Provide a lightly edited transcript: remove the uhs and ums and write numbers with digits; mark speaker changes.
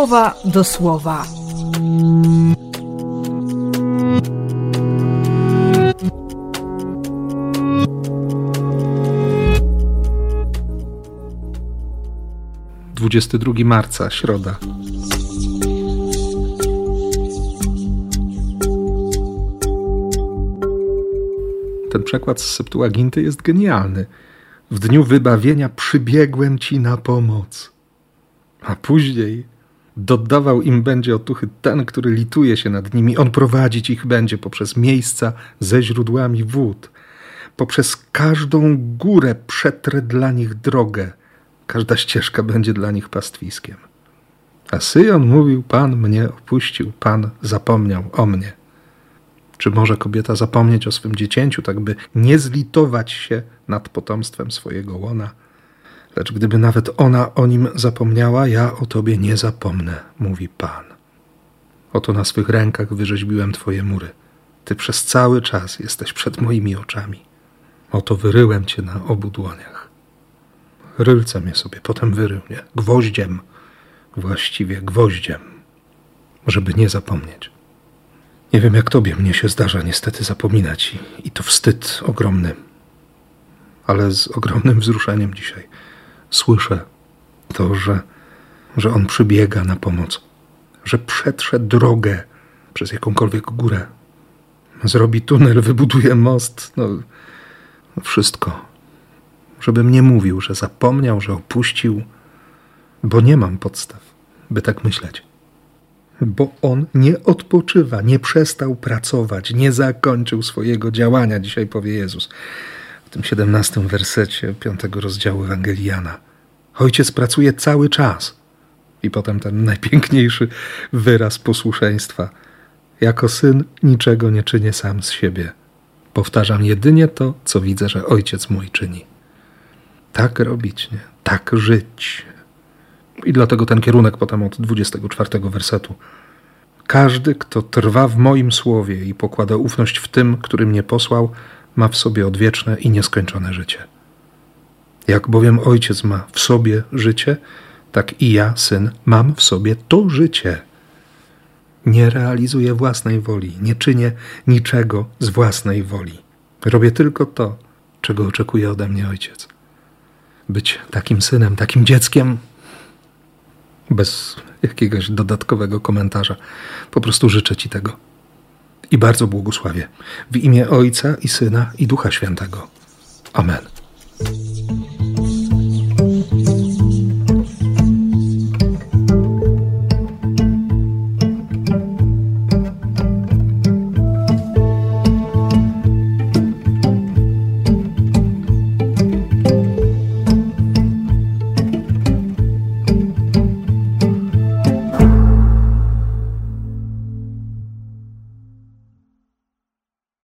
Speaker 1: słowa do słowa.
Speaker 2: Marca, środa. Ten przekład z Septuaginty jest genialny. W dniu wybawienia przybiegłem Ci na pomoc. A później dodawał im będzie otuchy ten, który lituje się nad nimi. On prowadzić ich będzie poprzez miejsca ze źródłami wód. Poprzez każdą górę przetrę dla nich drogę. Każda ścieżka będzie dla nich pastwiskiem. A Syjon mówił, Pan mnie opuścił, Pan zapomniał o mnie. Czy może kobieta zapomnieć o swym dziecięciu, tak by nie zlitować się nad potomstwem swojego łona? Lecz gdyby nawet ona o nim zapomniała, ja o Tobie nie zapomnę, mówi Pan. Oto na swych rękach wyrzeźbiłem Twoje mury. Ty przez cały czas jesteś przed moimi oczami. Oto wyryłem Cię na obu dłoniach. Rylcem je sobie, potem wyrył mnie, gwoździem, właściwie gwoździem, żeby nie zapomnieć. Nie wiem jak Tobie, mnie się zdarza niestety zapominać i to wstyd ogromny. Ale z ogromnym wzruszeniem dzisiaj słyszę to, że On przybiega na pomoc, że przetrze drogę przez jakąkolwiek górę, zrobi tunel, wybuduje most, wszystko. Żebym nie mówił, że zapomniał, że opuścił, bo nie mam podstaw, by tak myśleć. Bo On nie odpoczywa, nie przestał pracować, nie zakończył swojego działania, dzisiaj powie Jezus. W tym 17 wersecie 5 rozdziału Ewangelii Jana. Ojciec pracuje cały czas. I potem ten najpiękniejszy wyraz posłuszeństwa. Jako syn niczego nie czynię sam z siebie. Powtarzam jedynie to, co widzę, że Ojciec mój czyni. Tak robić, nie? Tak żyć. I dlatego ten kierunek potem od 24 wersetu. Każdy, kto trwa w moim słowie i pokłada ufność w tym, który mnie posłał, ma w sobie odwieczne i nieskończone życie. Jak bowiem Ojciec ma w sobie życie, tak i ja, Syn, mam w sobie to życie. Nie realizuję własnej woli, nie czynię niczego z własnej woli. Robię tylko to, czego oczekuje ode mnie Ojciec. Być takim synem, takim dzieckiem, bez jakiegoś dodatkowego komentarza. Po prostu życzę Ci tego. I bardzo błogosławię. W imię Ojca i Syna i Ducha Świętego. Amen.